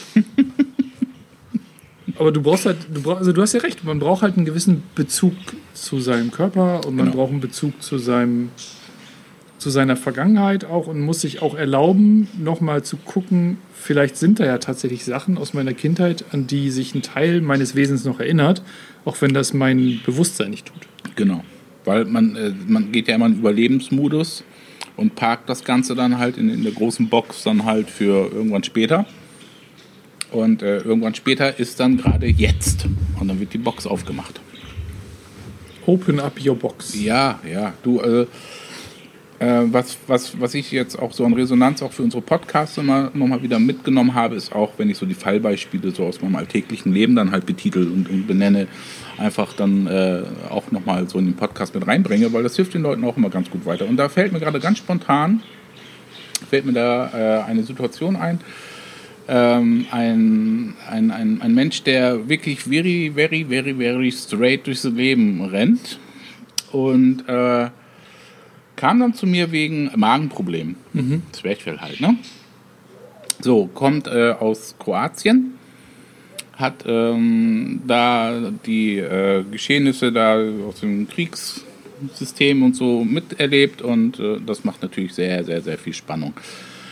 Aber du brauchst halt, du brauchst, also du hast ja recht, man braucht halt einen gewissen Bezug zu seinem Körper und man Genau. braucht einen Bezug zu seinem, zu seiner Vergangenheit auch und muss sich auch erlauben, nochmal zu gucken, vielleicht sind da ja tatsächlich Sachen aus meiner Kindheit, an die sich ein Teil meines Wesens noch erinnert, auch wenn das mein Bewusstsein nicht tut. Genau, weil man, äh, man geht ja immer in Überlebensmodus und parkt das Ganze dann halt in, in der großen Box dann halt für irgendwann später. Und äh, irgendwann später ist dann gerade jetzt. Und dann wird die Box aufgemacht. Open up your box. Ja, ja. Du, äh, äh, was, was, was ich jetzt auch so an Resonanz auch für unsere Podcasts immer nochmal wieder mitgenommen habe, ist auch, wenn ich so die Fallbeispiele so aus meinem alltäglichen Leben dann halt betitel und, und benenne, einfach dann äh, auch nochmal so in den Podcast mit reinbringe, weil das hilft den Leuten auch immer ganz gut weiter. Und da fällt mir gerade ganz spontan, fällt mir da äh, eine Situation ein, Ähm, ein, ein, ein, ein Mensch, der wirklich very, very, very, very straight durchs Leben rennt und äh, kam dann zu mir wegen Magenproblemen. Mhm. Zwerchfell halt, ne? So, kommt äh, aus Kroatien, hat ähm, da die äh, Geschehnisse da aus dem Kriegssystem und so miterlebt und äh, das macht natürlich sehr, sehr, sehr viel Spannung.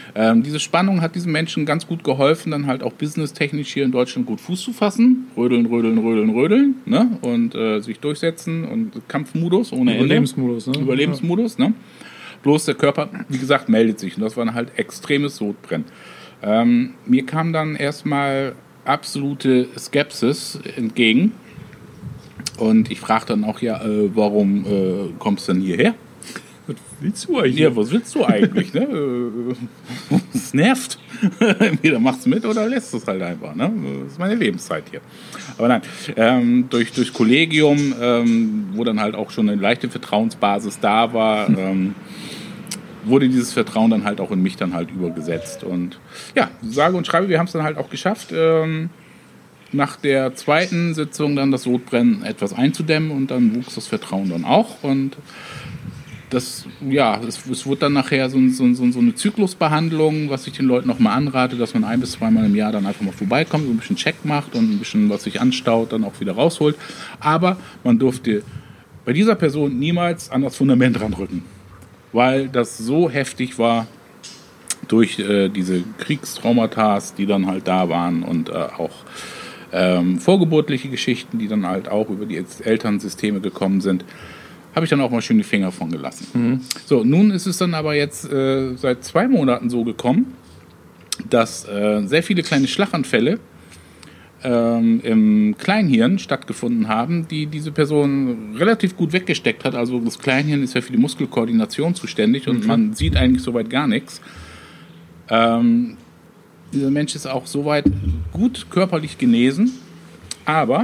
Ähm, diese Spannung hat diesen Menschen ganz gut geholfen, dann halt auch businesstechnisch hier in Deutschland gut Fuß zu fassen. Rödeln, rödeln, rödeln, rödeln, ne? Und äh, sich durchsetzen und Kampfmodus ohne Ende. Überlebensmodus, ne? Überlebensmodus, ne? Bloß der Körper, wie gesagt, meldet sich. Und das war dann halt extremes Sodbrennen. Ähm, mir kam dann erstmal absolute Skepsis entgegen. Und ich fragte dann auch, ja, äh, warum äh, kommst du denn hierher? Was willst du eigentlich? Ja, was willst du eigentlich? Ne? Das nervt. Entweder machst du mit oder lässt es halt einfach. Ne? Das ist meine Lebenszeit hier. Aber nein, ähm, durch, durch Kollegium, ähm, wo dann halt auch schon eine leichte Vertrauensbasis da war, ähm, wurde dieses Vertrauen dann halt auch in mich dann halt übergesetzt. Und ja, sage und schreibe, wir haben es dann halt auch geschafft, ähm, nach der zweiten Sitzung dann das Sodbrennen etwas einzudämmen und dann wuchs das Vertrauen dann auch. Und das, ja, es, es wurde dann nachher so, so, so, so eine Zyklusbehandlung, was ich den Leuten nochmal anrate, dass man ein- bis zweimal im Jahr dann einfach mal vorbeikommt, so ein bisschen Check macht und ein bisschen, was sich anstaut, dann auch wieder rausholt. Aber man durfte bei dieser Person niemals an das Fundament ranrücken, weil das so heftig war durch äh, diese Kriegstraumata, die dann halt da waren und äh, auch ähm, vorgeburtliche Geschichten, die dann halt auch über die Elternsysteme gekommen sind. Habe ich dann auch mal schön die Finger von gelassen. Mhm. So, nun ist es dann aber jetzt äh, seit zwei Monaten so gekommen, dass äh, sehr viele kleine Schlaganfälle ähm, im Kleinhirn stattgefunden haben, die diese Person relativ gut weggesteckt hat. Also das Kleinhirn ist ja für die Muskelkoordination zuständig und mhm. man sieht eigentlich soweit gar nichts. Ähm, dieser Mensch ist auch soweit gut körperlich genesen, aber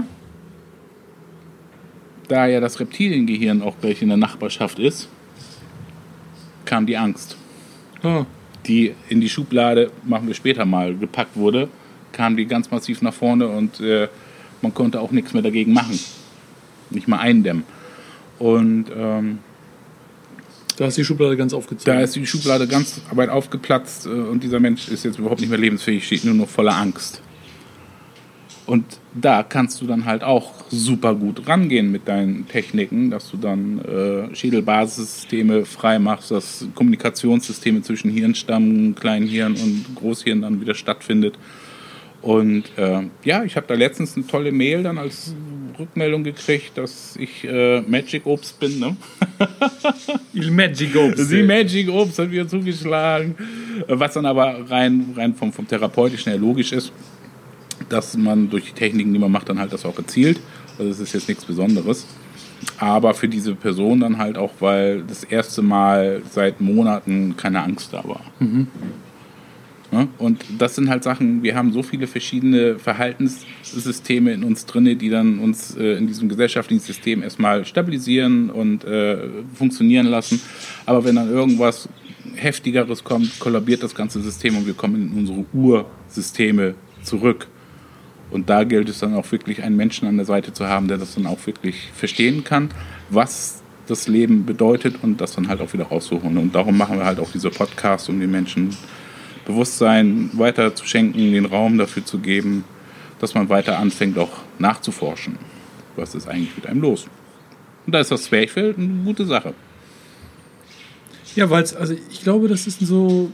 da ja das Reptiliengehirn auch gleich in der Nachbarschaft ist, kam die Angst, Oh. die in die Schublade, machen wir später mal, gepackt wurde, kam die ganz massiv nach vorne und äh, man konnte auch nichts mehr dagegen machen. Nicht mal eindämmen. Und ähm, Da ist die Schublade ganz aufgezogen. da ist die Schublade ganz weit aufgeplatzt äh, und dieser Mensch ist jetzt überhaupt nicht mehr lebensfähig, steht nur noch voller Angst. Und da kannst du dann halt auch super gut rangehen mit deinen Techniken, dass du dann äh, Schädelbasissysteme frei machst, dass Kommunikationssysteme zwischen Hirnstamm, Kleinhirn und Großhirn dann wieder stattfindet. Und äh, ja, ich habe da letztens eine tolle Mail dann als Rückmeldung gekriegt, dass ich äh, Magic Obst bin. Ne? Il Magic Obst. Die Magic Obst hat wieder zugeschlagen. Was dann aber rein, rein vom, vom Therapeutischen her logisch ist, dass man durch die Techniken, die man macht, dann halt das auch erzielt. Also das ist jetzt nichts Besonderes. Aber für diese Person dann halt auch, weil das erste Mal seit Monaten keine Angst da war. Mhm. Ja, und das sind halt Sachen, wir haben so viele verschiedene Verhaltenssysteme in uns drin, die dann uns äh, in diesem gesellschaftlichen System erstmal stabilisieren und äh, funktionieren lassen. Aber wenn dann irgendwas Heftigeres kommt, kollabiert das ganze System und wir kommen in unsere Ursysteme zurück. Und da gilt es dann auch wirklich, einen Menschen an der Seite zu haben, der das dann auch wirklich verstehen kann, was das Leben bedeutet und das dann halt auch wieder rauszuholen. Und darum machen wir halt auch diese Podcasts, um den Menschen Bewusstsein weiter zu schenken, den Raum dafür zu geben, dass man weiter anfängt, auch nachzuforschen. Was ist eigentlich mit einem los? Und da ist das Zwerchfell eine gute Sache. Ja, weil es, also ich glaube, das ist so.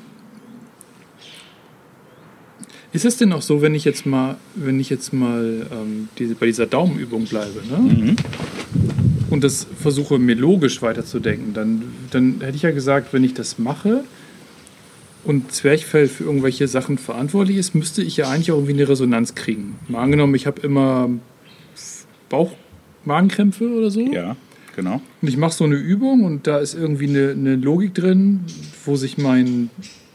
Ist es denn auch so, wenn ich jetzt mal, wenn ich jetzt mal ähm, diese, bei dieser Daumenübung bleibe, ne? Mhm. Und das versuche mir logisch weiterzudenken, dann, dann hätte ich ja gesagt, wenn ich das mache und Zwerchfell für irgendwelche Sachen verantwortlich ist, müsste ich ja eigentlich auch irgendwie eine Resonanz kriegen. Mal angenommen, ich habe immer Bauch-Magenkrämpfe oder so. Ja, genau. Und ich mache so eine Übung und da ist irgendwie eine, eine Logik drin, wo sich mein,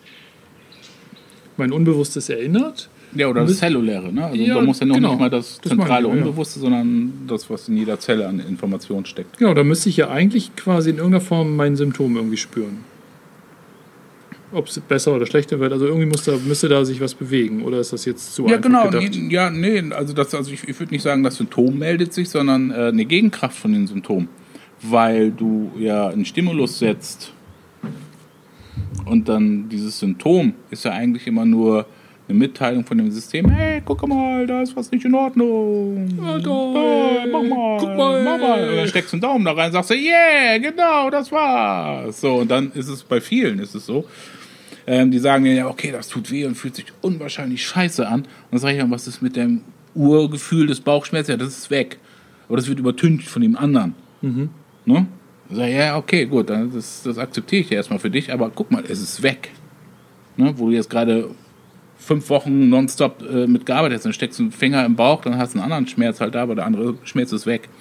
mein Unbewusstes erinnert. Ja, oder das Zelluläre. Ne? Also Ja, da muss ja noch genau. nicht mal das Das meine zentrale ich, ja. Unbewusste, sondern das, was in jeder Zelle an Informationen steckt. Genau, da müsste ich ja eigentlich quasi in irgendeiner Form mein Symptom irgendwie spüren. Ob es besser oder schlechter wird, also irgendwie muss da, müsste da sich was bewegen, oder ist das jetzt zu Ja, einfach genau. gedacht? Nee, ja, nee, also, das, also ich, ich würde nicht sagen, das Symptom meldet sich, sondern äh, eine Gegenkraft von den Symptomen. Weil du ja einen Stimulus setzt und dann dieses Symptom ist ja eigentlich immer nur eine Mitteilung von dem System, hey, guck mal, da ist was nicht in Ordnung. Ja, da, Ah, mach mal, guck mal. mach mal. Und dann steckst du einen Daumen da rein und sagst, yeah, genau, das war's. So, und dann ist es bei vielen ist es so, ähm, die sagen mir, ja, okay, das tut weh und fühlt sich unwahrscheinlich scheiße an. Und dann sage ich, was ist mit dem Urgefühl des Bauchschmerzes? Ja, das ist weg. Aber das wird übertüncht von dem anderen. Mhm. Ne? Dann sage ich, ja, okay, gut, dann das, das akzeptiere ich ja erstmal für dich, aber guck mal, es ist weg. Ne? Wo du jetzt gerade fünf Wochen nonstop äh, mit gearbeitet hast, dann steckst du einen Finger im Bauch, dann hast du einen anderen Schmerz halt da, aber der andere Schmerz ist weg.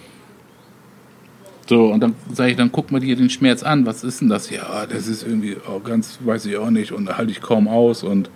So, und dann sage ich, dann guck mal dir den Schmerz an. Was ist denn das? Ja, das ist irgendwie oh, ganz, weiß ich auch nicht, und da halte ich kaum aus. Und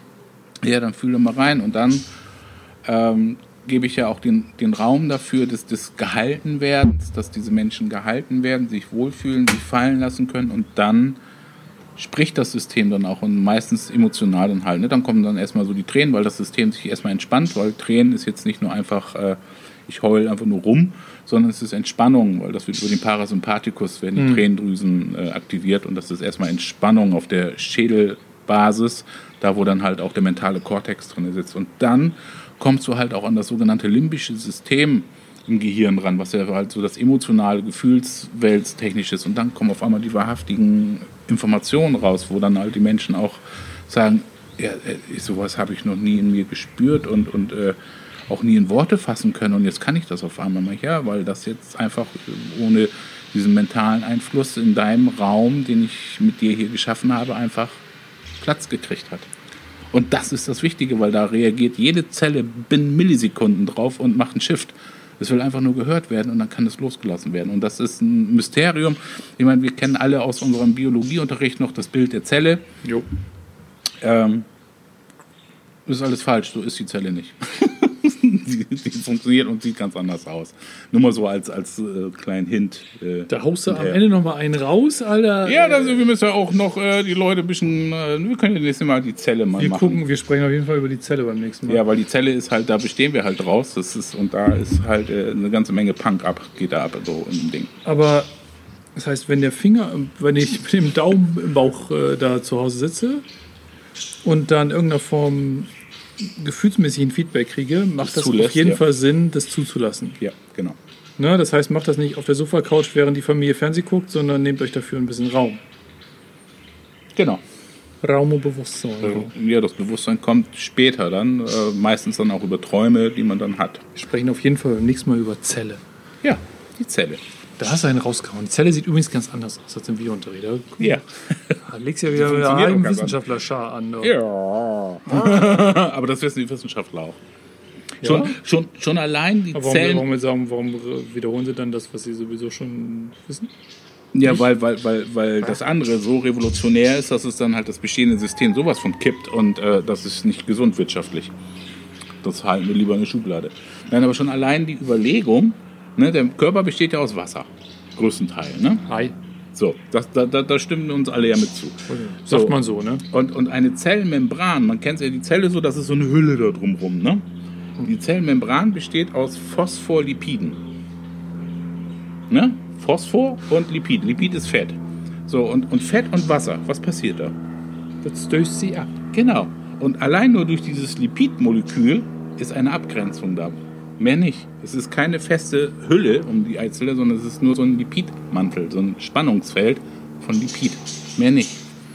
ja, dann fühle mal rein. Und dann ähm, gebe ich ja auch den, den Raum dafür, des, des Gehaltenwerdens, dass diese Menschen gehalten werden, sich wohlfühlen, sich fallen lassen können. Und dann spricht das System dann auch und meistens emotional dann halt. Ne? Dann kommen dann erstmal so die Tränen, weil das System sich erstmal entspannt, weil Tränen ist jetzt nicht nur einfach, äh, ich heule einfach nur rum, sondern es ist Entspannung, weil das wird über den Parasympathikus, werden die mhm. Tränendrüsen äh, aktiviert und das ist erstmal Entspannung auf der Schädelbasis, da wo dann halt auch der mentale Kortex drin sitzt. Und dann kommst du halt auch an das sogenannte limbische System im Gehirn ran, was ja halt so das emotionale, gefühlswelttechnische ist. Und dann kommen auf einmal die wahrhaftigen Informationen raus, wo dann halt die Menschen auch sagen, ja, sowas habe ich noch nie in mir gespürt und, und äh, auch nie in Worte fassen können. Und jetzt kann ich das auf einmal mal, ja, weil das jetzt einfach ohne diesen mentalen Einfluss in deinem Raum, den ich mit dir hier geschaffen habe, einfach Platz gekriegt hat. Und das ist das Wichtige, weil da reagiert jede Zelle binnen Millisekunden drauf und macht einen Shift. Es will einfach nur gehört werden und dann kann es losgelassen werden. Und das ist ein Mysterium. Ich meine, wir kennen alle aus unserem Biologieunterricht noch das Bild der Zelle. Jo. Ähm, das ist alles falsch, so ist die Zelle nicht. die, die funktioniert und sieht ganz anders aus. Nur mal so als, als äh, kleinen Hint. Äh, da haust du am Ende noch mal einen raus, Alter. Ja, das, wir müssen ja auch noch äh, die Leute ein bisschen, äh, wir können ja nächstes Mal die Zelle mal wir machen. Gucken, wir sprechen auf jeden Fall über die Zelle beim nächsten Mal. Ja, weil die Zelle ist halt, da bestehen wir halt draus. Das ist, und da ist halt äh, eine ganze Menge Punk ab, geht da ab, so in dem Ding. Aber das heißt, wenn der Finger, wenn ich mit dem Daumen im Bauch äh, da zu Hause sitze und dann in irgendeiner Form gefühlsmäßigen Feedback kriege, macht das, das zulässt, auf jeden ja. Fall Sinn, das zuzulassen. Ja, genau. Ne, das heißt, macht das nicht auf der Sofa-Couch, während die Familie Fernsehen guckt, sondern nehmt euch dafür ein bisschen Raum. Genau. Raum und Bewusstsein. Äh, ja, das Bewusstsein kommt später dann, äh, meistens dann auch über Träume, die man dann hat. Wir sprechen auf jeden Fall beim nächsten Mal über Zelle. Ja, die Zelle. Da hast du einen rausgehauen. Die Zelle sieht übrigens ganz anders aus als im Videounterricht. Ja. Da legst du ja wieder mit einem Wissenschaftler-Schar an. Oder? Ja. Aber das wissen die Wissenschaftler auch. Ja? Schon, schon, schon allein die warum, Zellen... Warum, sagen, warum wiederholen sie dann das, was sie sowieso schon wissen? Ja, weil, weil, weil, weil das andere so revolutionär ist, dass es dann halt das bestehende System sowas von kippt und äh, das ist nicht gesund wirtschaftlich. Das halten wir lieber in der Schublade. Nein, aber schon allein die Überlegung, ne, der Körper besteht ja aus Wasser, größtenteils. Ne? Hi. So, das, da, da, da stimmen uns alle ja mit zu. Okay. Sagt so, man so, ne? Und, und eine Zellmembran, man kennt ja die Zelle so, das ist so eine Hülle da drumrum, ne? Die Zellmembran besteht aus Phospholipiden. Ne? Phosphor und Lipid. Lipid ist Fett. So, und, und Fett und Wasser, was passiert da? Das stößt sie ab. Genau. Und allein nur durch dieses Lipidmolekül ist eine Abgrenzung da. Mehr nicht. Es ist keine feste Hülle um die Eizelle, sondern es ist nur so ein Lipidmantel, so ein Spannungsfeld von Lipid. Mehr nicht.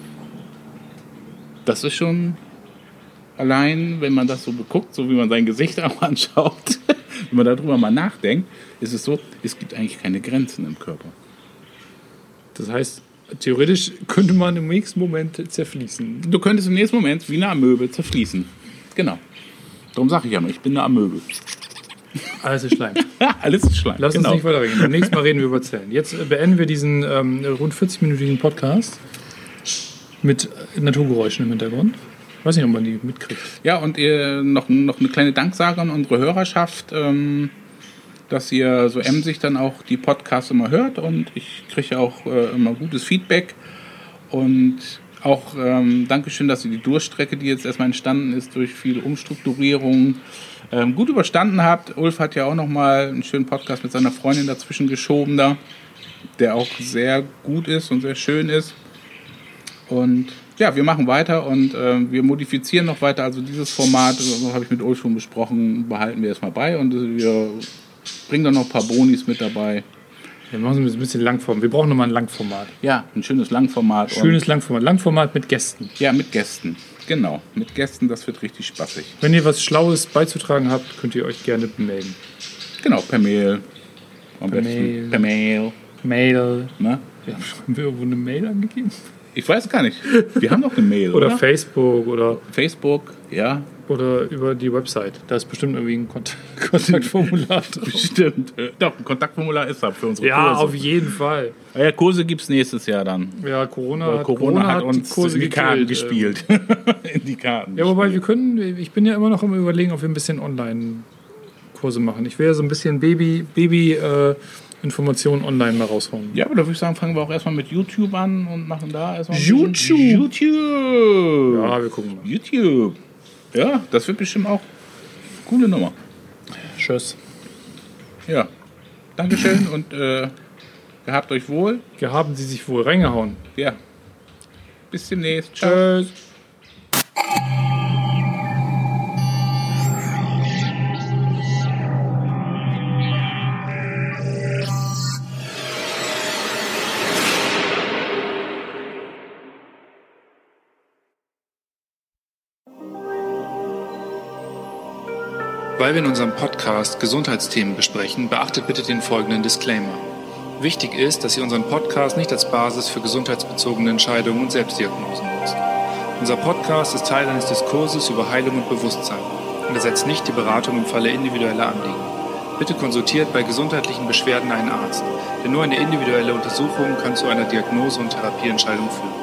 Das ist schon allein, wenn man das so beguckt, so wie man sein Gesicht auch anschaut, wenn man darüber mal nachdenkt, ist es so, es gibt eigentlich keine Grenzen im Körper. Das heißt, theoretisch könnte man im nächsten Moment zerfließen. Du könntest im nächsten Moment wie eine Amöbe zerfließen. Genau. Darum sage ich ja mal, ich bin eine Amöbe. Alles ist Schleim. Alles ist Schleim. Lass genau. uns nicht weiterreden. Beim nächsten Mal reden wir über Zellen. Jetzt beenden wir diesen ähm, rund vierzig-minütigen Podcast mit Naturgeräuschen im Hintergrund. Ich weiß nicht, ob man die mitkriegt. Ja, und ihr noch, noch eine kleine Danksage an unsere Hörerschaft, ähm, dass ihr so emsig dann auch die Podcasts immer hört und ich kriege auch äh, immer gutes Feedback und auch ähm, Dankeschön, dass ihr die Durchstrecke, die jetzt erstmal entstanden ist durch viel Umstrukturierung, ähm, gut überstanden habt. Ulf hat ja auch nochmal einen schönen Podcast mit seiner Freundin dazwischen geschoben da, der auch sehr gut ist und sehr schön ist. Und ja, wir machen weiter und äh, wir modifizieren noch weiter. Also dieses Format, so habe ich mit Ulf schon besprochen, behalten wir erstmal bei und wir bringen dann noch ein paar Bonis mit dabei. Wir machen es ein bisschen Langform. Wir brauchen nochmal ein Langformat. Ja, ein schönes Langformat. Schönes Langformat. Langformat mit Gästen. Ja, mit Gästen. Genau, mit Gästen, das wird richtig spaßig. Wenn ihr was Schlaues beizutragen habt, könnt ihr euch gerne melden. Genau, per Mail. Am Per besten Mail. Per Mail. Mail. Ne? Ja, haben wir irgendwo eine Mail angegeben? Ich weiß gar nicht. Wir haben doch eine Mail, Oder oder? Facebook oder, Facebook, ja. oder über die Website. Da ist bestimmt irgendwie ein Kont Kontaktformular drin. Bestimmt. Doch, ein Kontaktformular ist da für unsere Ja, Kurse. auf jeden Fall. Ja, Kurse gibt es nächstes Jahr dann. Ja, Corona, Weil hat, Corona, hat die uns Kurse in die Karten gekillt, gespielt. in die Karten. Ähm. Ja, wobei wir gespielt. können, ich bin ja immer noch am Überlegen, ob wir ein bisschen Online-Kurse machen. Ich will ja so ein bisschen Baby, Baby äh, Informationen online mal raushauen. Ja, aber da würde ich sagen, fangen wir auch erstmal mit YouTube an und machen da erstmal ein YouTube. bisschen YouTube. Ja, wir gucken mal. YouTube. Ja, das wird bestimmt auch eine coole Nummer. Tschüss. Ja. Dankeschön und äh, gehabt euch wohl. Gehaben Sie sich wohl reingehauen. Ja. Bis demnächst. Ciao. Tschüss. Weil wir in unserem Podcast Gesundheitsthemen besprechen, beachtet bitte den folgenden Disclaimer. Wichtig ist, dass ihr unseren Podcast nicht als Basis für gesundheitsbezogene Entscheidungen und Selbstdiagnosen nutzt. Unser Podcast ist Teil eines Diskurses über Heilung und Bewusstsein und ersetzt nicht die Beratung im Falle individueller Anliegen. Bitte konsultiert bei gesundheitlichen Beschwerden einen Arzt, denn nur eine individuelle Untersuchung kann zu einer Diagnose und Therapieentscheidung führen.